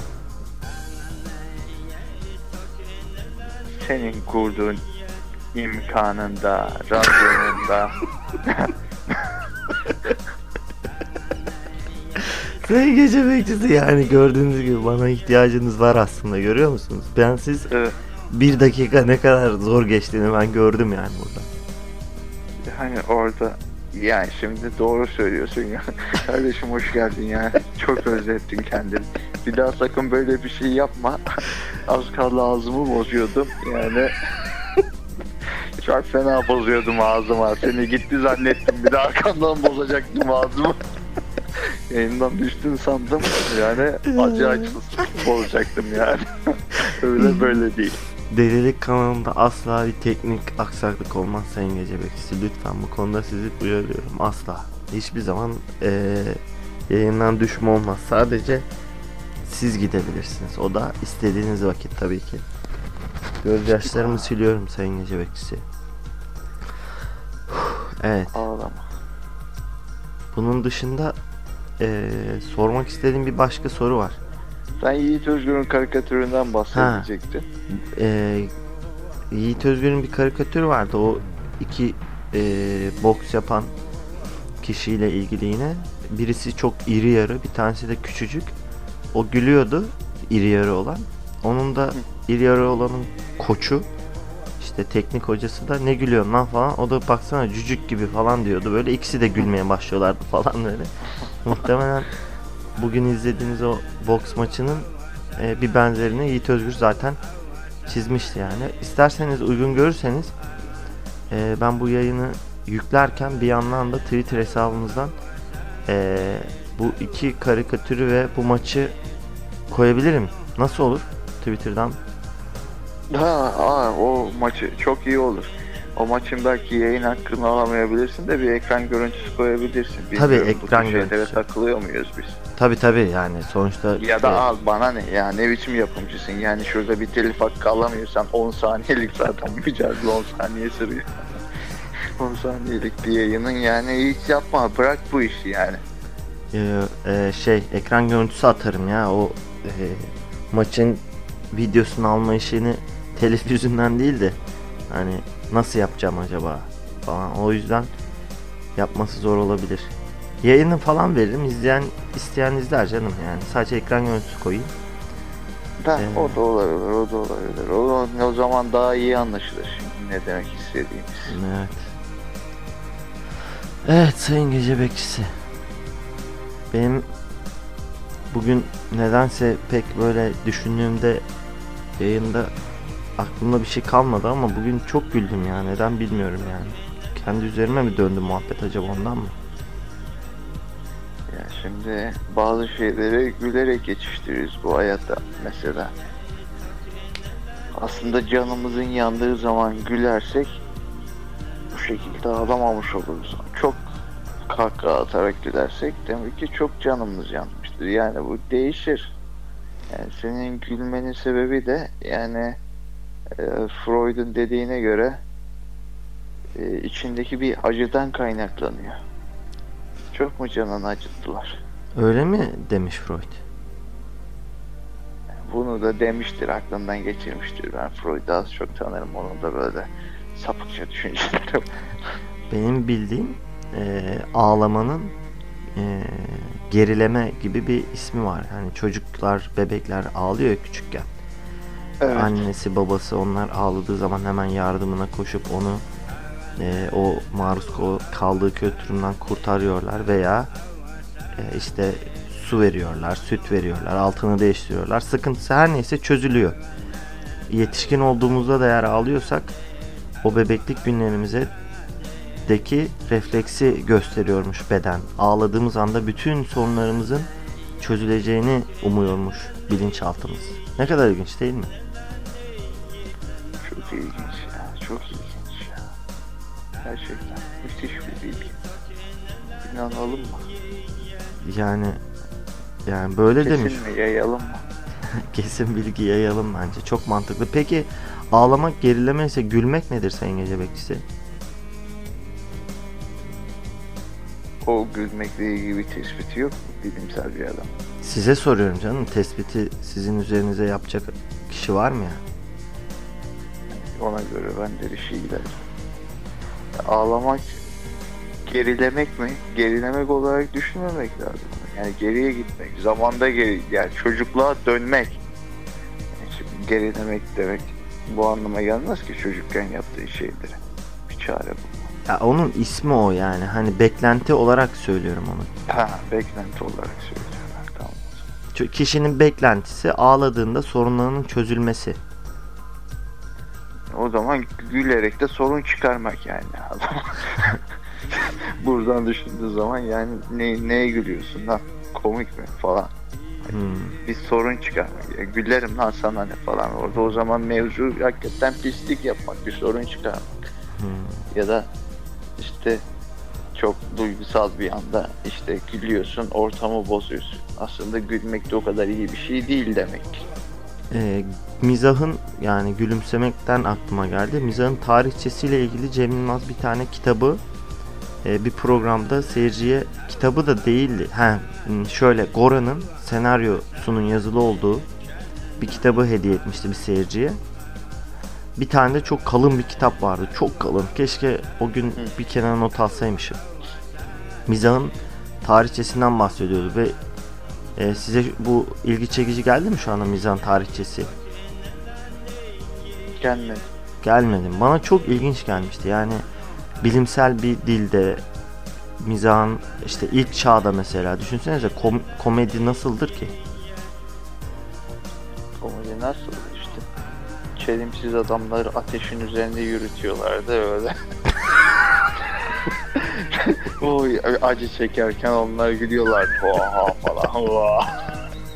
Senin kurduğun imkanında, radyonunda. Sayın Gece Bekçisi, yani gördüğünüz gibi bana ihtiyacınız var aslında, görüyor musunuz? Ben siz Evet. bir dakika ne kadar zor geçtiğini ben gördüm yani burada. Hani orada yani şimdi doğru söylüyorsun ya. Kardeşim hoş geldin ya. Çok özlettin kendini. Bir daha sakın böyle bir şey yapma. Az kaldı ağzımı bozuyordum. Yani çok fena bozuyordum ağzıma. Seni gitti zannettim. Bir de arkamdan bozacaktım ağzımı. Yayından düştün sandım. Yani acı acısız bozacaktım yani. Öyle böyle değil. Delilik kanalında asla bir teknik aksaklık olmaz Sayın Gece Bekçisi. Lütfen bu konuda sizi uyarıyorum. Asla. Hiçbir zaman eee yayından düşme olmaz. Sadece siz gidebilirsiniz. O da istediğiniz vakit tabii ki. Gözyaşlarımı siliyorum Sayın Gece Bekçisi. Evet. Ağlama. Bunun dışında eee, sormak istediğim bir başka soru var. Sen Yiğit Özgür'ün karikatüründen bahsedecektin. Ee, Yiğit Özgür'ün bir karikatürü vardı. O iki e, boks yapan kişiyle ilgili yine. Birisi çok iri yarı, bir tanesi de küçücük. O gülüyordu, iri yarı olan. Onun da iri yarı olanın koçu, işte teknik hocası da "ne gülüyorsun lan" falan. O da "baksana cücük gibi" falan diyordu. Böyle ikisi de gülmeye başlıyorlardı falan böyle. Muhtemelen bugün izlediğiniz o boks maçının e, bir benzerini Yiğit Özgür zaten çizmişti yani. İsterseniz, uygun görürseniz e, ben bu yayını yüklerken bir yandan da Twitter hesabımızdan e, bu iki karikatürü ve bu maçı koyabilirim. Nasıl olur? Twitter'dan. Ha, aa, o maçı çok iyi olur. O maçın belki yayın hakkını alamayabilirsin de bir ekran görüntüsü koyabilirsin. Tabii, Bilmiyorum, bu ekran tür şeylere görüntüsü. takılıyor muyuz biz? Tabi tabi, yani sonuçta Ya da al bana ne ya, ne biçim yapımcısın yani, şurada bir telif hakkı alamıyorsan on saniyelik zaten mücadele on saniye sürüyor. on saniyelik bir yayının yani hiç yapma, bırak bu işi yani. e, e, şey ekran görüntüsü atarım ya, o e, maçın videosunu alma işini telif yüzünden değil de hani nasıl yapacağım acaba falan, o yüzden yapması zor olabilir. Yayını falan veririm, izleyen isteyen izler canım, yani sadece ekran görüntüsü koyayım. Ha, Ee, o da olabilir, o da olabilir. O, o zaman daha iyi anlaşılır şimdi ne demek istediğimiz. Evet. Evet Sayın Gece Bekçisi, benim bugün nedense pek böyle düşündüğümde yayında aklımda bir şey kalmadı ama bugün çok güldüm ya. Neden bilmiyorum yani. Kendi üzerime mi döndü muhabbet acaba, ondan mı? Ya şimdi bazı şeyleri gülerek geçiştiririz bu hayatta mesela. Aslında canımızın yandığı zaman gülersek bu şekilde ağlamamış oluruz. Çok kahkaha atarak gülersek demek ki çok canımız yanmıştır. Yani bu değişir. Yani senin gülmenin sebebi de yani e, Freud'un dediğine göre e, içindeki bir acıdan kaynaklanıyor. Çok mu canını acıttılar? Öyle mi demiş Freud? Bunu da demiştir, aklından geçirmiştir. Ben Freud'u az çok tanırım. Onun da böyle sapıkça düşünceleri. Benim bildiğim e, ağlamanın e, gerileme gibi bir ismi var. Hani çocuklar, bebekler ağlıyor ya küçükken. Evet. Annesi, babası onlar ağladığı zaman hemen yardımına koşup onu e, o maruz kaldığı kötü durumdan kurtarıyorlar veya e, işte su veriyorlar, süt veriyorlar, altını değiştiriyorlar. Sıkıntısı her neyse çözülüyor. Yetişkin olduğumuzda da eğer ağlıyorsak o bebeklik günlerimize deki refleksi gösteriyormuş beden. Ağladığımız anda bütün sorunlarımızın çözüleceğini umuyormuş bilinçaltımız. Ne kadar ilginç değil mi? Çok ilginç ya, çok ilginç ya. Gerçekten müthiş bir bilgi. İnanalım mı? Yani yani böyle Kesin demiş. mi, yayalım mı? Kesin bilgi yayalım bence. Çok mantıklı. Peki ağlamak gerileme ise gülmek nedir Sayın Gece Bekçisi? O gülmekle ilgili bir tespiti yok mu bilimsel bir adam? Size soruyorum canım. Tespiti sizin üzerinize yapacak kişi var mı ya? Ona göre ben de bir şey giderim. Ağlamak gerilemek mi? Gerilemek olarak düşünmemek lazım. Yani geriye gitmek, zamanda geri, yani çocukluğa dönmek. Yani şimdi gerilemek demek bu anlama gelmez ki çocukken yaptığı şeyleri. Bir çare bu. Ya onun ismi o yani. Hani beklenti olarak söylüyorum onu. Ha, beklenti olarak söylüyorum. Tamam. Çünkü kişinin beklentisi ağladığında sorunlarının çözülmesi. O zaman gülerek de sorun çıkarmak yani. Buradan düşündüğü zaman yani ne, neye gülüyorsun lan? Komik mi falan. Hmm. Bir sorun çıkarmak. Ya, gülerim lan sana ne falan. Orada o zaman mevzu hakikaten pislik yapmak, bir sorun çıkarmak. Hmm. Ya da işte çok duygusal bir anda işte gülüyorsun, ortamı bozuyorsun. Aslında gülmek de o kadar iyi bir şey değil demek ki. E, mizahın yani gülümsemekten aklıma geldi. Mizahın tarihçesiyle ilgili Cem Yılmaz bir tane kitabı e, bir programda seyirciye, kitabı da değildi. Ha, şöyle Gora'nın senaryosunun yazılı olduğu bir kitabı hediye etmişti bir seyirciye. Bir tane de çok kalın bir kitap vardı. Çok kalın. Keşke o gün bir kenara not alsaymışım. Mizahın tarihçesinden bahsediyordu ve e, size bu ilgi çekici geldi mi şu anda mizahın tarihçesi? Gelmedi. Gelmedi. Bana çok ilginç gelmişti. Yani bilimsel bir dilde mizahın işte ilk çağda mesela düşünsenize kom- komedi nasıldır ki? Komedi nasıl işte? Çelimsiz adamları ateşin üzerinde yürütüyorlardı öyle. Oy, acı çekerken onlar gülüyorlar. Oha falan. Oha.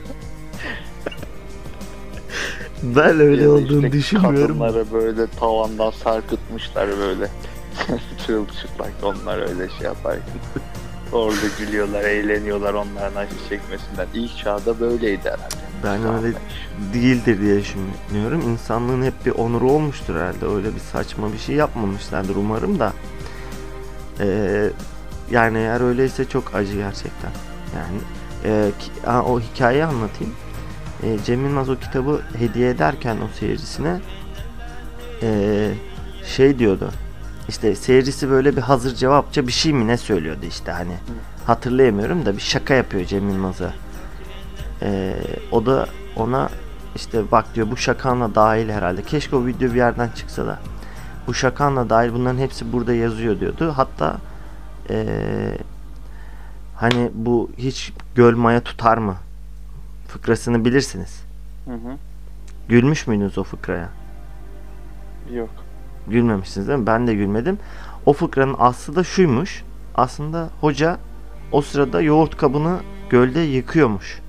Ben öyle Ya da olduğunu işte düşünmüyorum. Kadınları böyle tavandan sarkıtmışlar böyle. Çırılçıplak onlar öyle şey yaparken. Orada gülüyorlar, eğleniyorlar onların acı çekmesinden. İlk çağda böyleydi herhalde. Ben öyle değildir diye düşünüyorum. İnsanlığın hep bir onuru olmuştur herhalde. Öyle bir saçma bir şey yapmamışlardır umarım da. Ee, yani eğer öyleyse çok acı gerçekten. Yani e, ki, ha, o hikayeyi anlatayım. E, Cem Yılmaz o kitabı hediye ederken o seyircisine e, şey diyordu. İşte seyircisi böyle bir hazır cevapça bir şey mi ne söylüyordu işte hani. Hatırlayamıyorum da bir şaka yapıyor Cem Yılmaz'a. E, o da ona işte bak diyor bu şakanla dahil herhalde. Keşke o video bir yerden çıksa da. Bu şakanla dahil bunların hepsi burada yazıyor diyordu. Hatta e, hani bu hiç göl maya tutar mı fıkrasını bilirsiniz. Hı hı. Gülmüş müydünüz o fıkraya? Yok. Gülmemişsiniz değil mi? Ben de gülmedim. O fıkranın aslı da şuymuş. Aslında hoca o sırada yoğurt kabını gölde yıkıyormuş.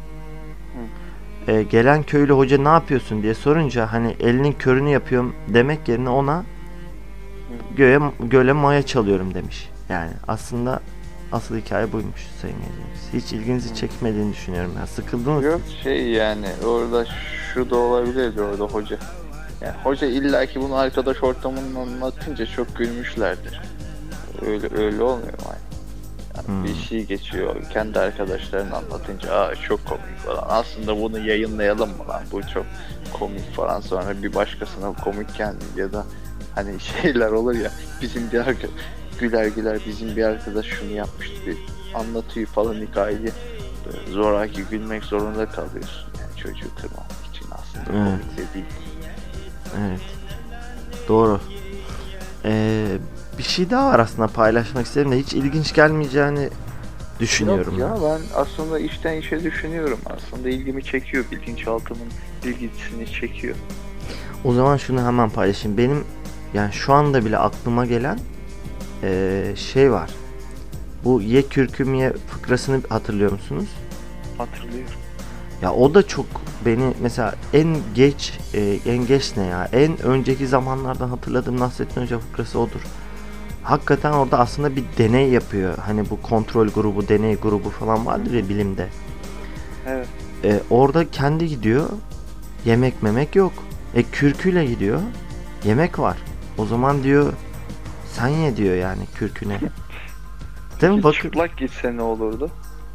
Ee, gelen köylü hoca ne yapıyorsun diye sorunca hani elinin körünü yapıyorum demek yerine ona göğe, göle maya çalıyorum demiş. Yani aslında asıl hikaye buymuş sayın izleyicilerimiz. Hiç ilginizi çekmediğini düşünüyorum. Yani sıkıldınız Yok siz. şey yani orada şu da olabilirdi orada hoca. Yani hoca illaki bunu arkadaş ortamında anlatınca çok gülmüşlerdir. Öyle öyle olmuyor mu? Yani Hmm. bir şey geçiyor kendi arkadaşlarına anlatınca aa çok komik falan. Aslında bunu yayınlayalım mı lan? Bu çok komik falan, sonra bir başkasına komikken ya da hani şeyler olur ya, bizim bir arkadaş güler güler bizim bir arkadaş şunu yapmıştı bir anlatıyor falan hikayeyi, zoraki gülmek zorunda kalıyorsun. Yani çocuğu kırmak için aslında Evet. komik de değil. Evet. Doğru. Ee, bir şey daha var aslında paylaşmak isterim de hiç ilginç gelmeyeceğini düşünüyorum. Yok ya, ben. ben aslında içten içe düşünüyorum. Aslında ilgimi çekiyor. Bilinçaltımın ilgisini çekiyor. O zaman şunu hemen paylaşayım. Benim yani şu anda bile aklıma gelen ee, şey var. Bu ye kürküm ye fıkrasını hatırlıyor musunuz? Hatırlıyorum. Ya o da çok beni mesela en geç e, en geç ne ya en önceki zamanlardan hatırladığım Nasrettin Hoca fıkrası odur. Hakikaten orada aslında bir deney yapıyor. Hani bu kontrol grubu, deney grubu falan vardır ya bilimde. Evet. E, orada kendi gidiyor. Yemek memek yok. E kürküyle gidiyor. Yemek var. O zaman diyor sen ye diyor yani kürküne. Değil mi? Bakın. Çıplak gitse ne olurdu?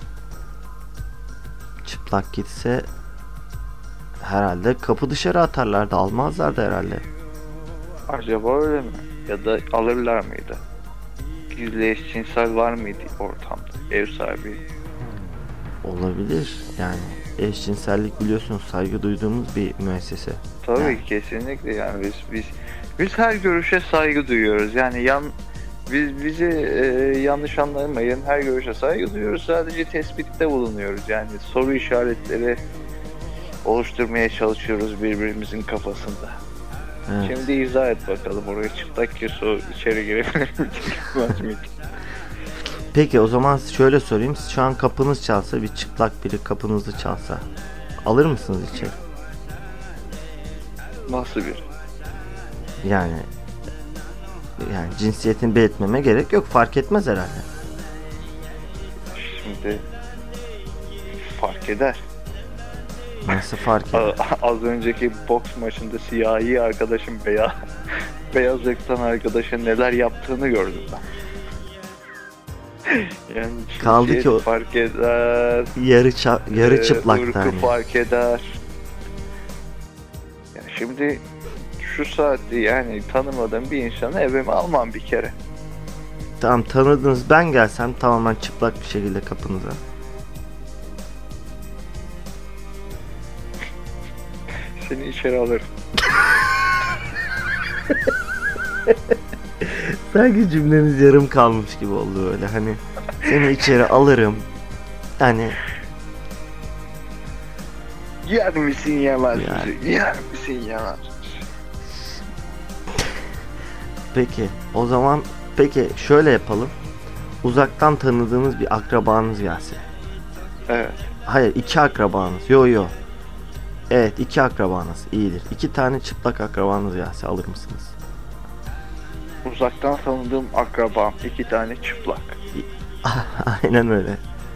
Çıplak gitse herhalde kapı dışarı atarlardı. Almazlardı herhalde. Acaba öyle mi? Ya da alırlar mıydı? Gizli eşcinsel var mıydı ortamda? Ev sahibi. Olabilir. Yani eşcinsellik biliyorsunuz saygı duyduğumuz bir müessese. Tabii Yani. kesinlikle yani biz biz biz her görüşe saygı duyuyoruz. Yani yan biz bizi e, yanlış anlamayın, her görüşe saygı duyuyoruz. Sadece tespitte bulunuyoruz. Yani soru işaretleri oluşturmaya çalışıyoruz birbirimizin kafasında. Evet. Şimdi izah et bakalım, oraya çıplak girse o içeri girebilir mi? Çıkmaz mı? Peki o zaman şöyle sorayım. Şu an kapınız çalsa, bir çıplak biri kapınızı çalsa alır mısınız içeri? Nasıl bir? Yani yani cinsiyetini belirtmeme gerek yok. Fark etmez herhalde. Şimdi fark eder. Nasıl fark eder? Az önceki boks maçında siyahi arkadaşım beyaz beyaz ırktan arkadaşa neler yaptığını gördüm ben. Yani Kaldı ki o fark eder. yarı ça- yarı e, çıplak ırkı yani. fark eder. Yani şimdi şu saatte yani tanımadığım bir insanı evime almam bir kere. Tamam tanıdınız, ben gelsem tamamen çıplak bir şekilde kapınıza. Seni içeri alırım. Sanki cümleniz yarım kalmış gibi oldu öyle hani seni içeri alırım hani Yer misin yemez Yani. misin? Yer misin yemez misin? peki o zaman peki şöyle yapalım, uzaktan tanıdığınız bir akrabanız gelse, Evet. hayır iki akrabanız, yo yo evet iki akrabanız iyidir, iki tane çıplak akrabanız gelse alır mısınız? Uzaktan tanıdığım akrabam, iki tane çıplak. Aynen öyle.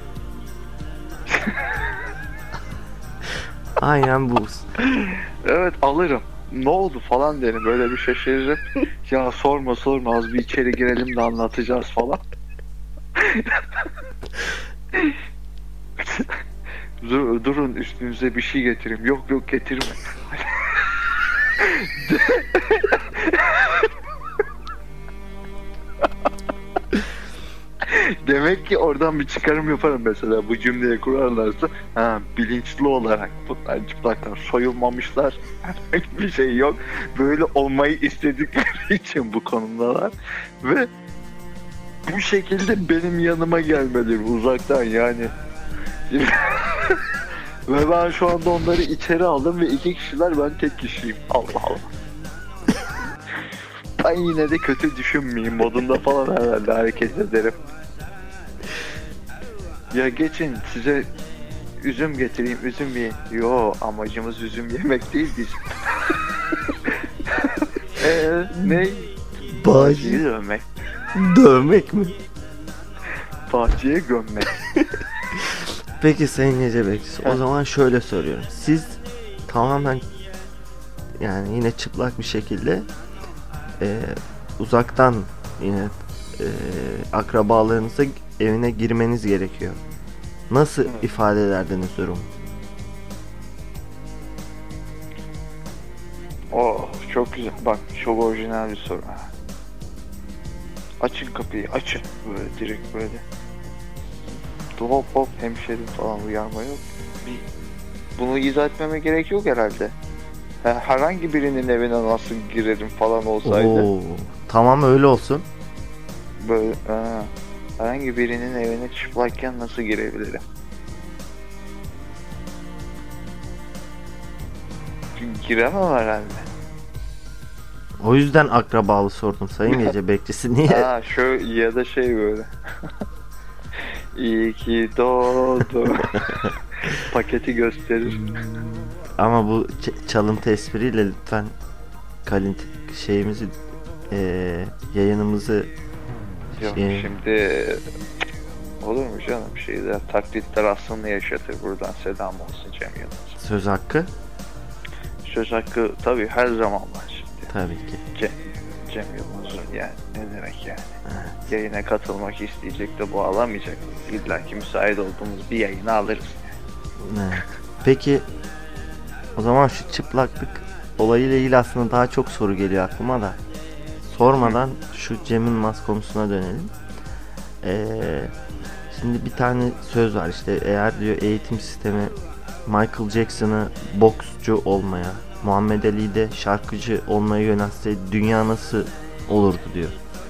Aynen bu. Evet alırım. Ne oldu falan derim, böyle bir şaşırırım. Ya sorma sorma, az bir içeri girelim de anlatacağız falan. Dur, durun üstünüze bir şey getireyim. Yok yok getirme. Demek ki oradan bir çıkarım yaparım mesela, bu cümleyi kurarlarsa. Ha, bilinçli olarak bunlar çıplaklar, soyulmamışlar, herhangi bir şey yok, böyle olmayı istedikleri için bu konumdalar ve bu şekilde benim yanıma gelmeleri uzaktan yani. Ve ben şu anda onları içeri aldım ve iki kişiler, ben tek kişiyim. Allah Allah. Ben yine de kötü düşünmeyeyim modunda falan herhalde hareket ederim. Ya geçin, size üzüm getireyim, üzüm yiyin. Yo, amacımız üzüm yemek değil bizim. Eee ne? Bahçeyi Bağcı dövmek. dövmek mi? Bahçeye gömmek. Peki Sayın Gece Bekçisi, o Heh. zaman şöyle soruyorum. Siz tamamen yani yine çıplak bir şekilde e, uzaktan yine e, akrabalarınıza evine girmeniz gerekiyor. Nasıl Hı. ifade ederdiniz durumu? Oh, çok güzel. Bak, çok orijinal bir soru. Açın kapıyı, açın. Böyle direkt böyle. Hop hop hemşerim falan, uyarma yok. Bir, bunu izah etmeme gerek yok herhalde. Ha, herhangi birinin evine nasıl girerim falan olsaydı. Oo, tamam öyle olsun. Böyle ha, herhangi birinin evine çıplakken nasıl girebilirim? Giremem herhalde. O yüzden akrabalı sordum Sayın Gece Bekçisi. Niye? Ha, şöyle ya da şey böyle. İyi ki doğdu. Paketi gösterir. Ama bu ç- çalıntı espriyle lütfen kalint şeyimizi eee, yayınımızı Yok şey- şimdi olur mu canım, şeyler taklitler aslında yaşatır. Buradan selam olsun Cem Yılmaz. söz hakkı Söz hakkı tabii her zaman var şimdi. tabii ki. Cem, Cem Yılmaz'ın yani ne demek yani. Yayına katılmak isteyecek de bu alamayacak. İlla ki müsait olduğumuz bir yayını alırız. Evet. Peki o zaman şu çıplaklık olayıyla ilgili aslında daha çok soru geliyor aklıma da. Sormadan şu Cem Yılmaz konusuna dönelim. Ee, şimdi bir tane söz var işte, eğer diyor eğitim sistemi Michael Jackson'ı boksçu olmaya, Muhammed Ali'yi de şarkıcı olmaya yönelseydi dünya nasıl olurdu diyor.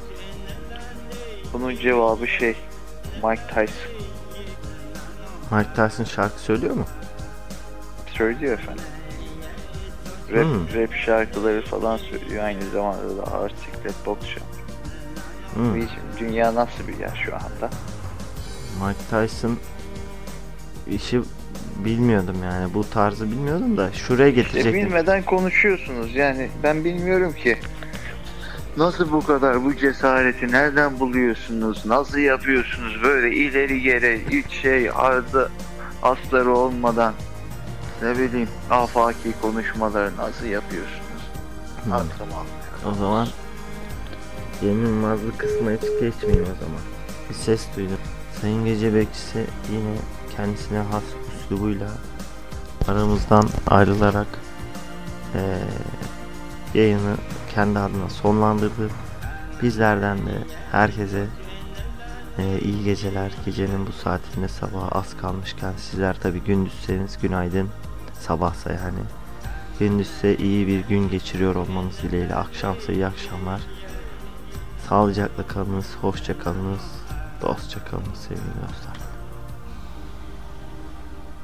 Bunun cevabı şey, Mike Tyson Mike Tyson şarkı söylüyor mu? söylüyor efendim. Rap, Hmm. rap şarkıları falan söylüyor. Aynı zamanda da ağır siklet boks yapıyor. Hmm. Bu için dünya nasıl bir yer şu anda? Mike Tyson işi bilmiyordum yani, bu tarzı bilmiyordum da şuraya İşte getirecektim. bilmeden konuşuyorsunuz yani, ben bilmiyorum ki. Nasıl bu kadar bu cesareti nereden buluyorsunuz? Nasıl yapıyorsunuz böyle ileri geri hiç şey ardı asları olmadan, ne bileyim afaki konuşmaları nasıl yapıyorsunuz? Hmm. Aklım O zaman Cem Yılmazlı kısmı hiç geçmeyeyim o zaman. Bir ses duydum. Sayın Gece Bekçisi yine kendisine has üslubuyla aramızdan ayrılarak eee, yayını kendi adına sonlandırdı. Bizlerden de herkese eee, iyi geceler. Gecenin bu saatinde sabaha az kalmışken, sizler tabi gündüzseniz günaydın, sabahsa yani. Gündüzse iyi bir gün geçiriyor olmanız dileğiyle, akşamsa iyi akşamlar. Sağlıcakla kalınız, hoşça kalınız, dostça kalınız sevgili dostlar.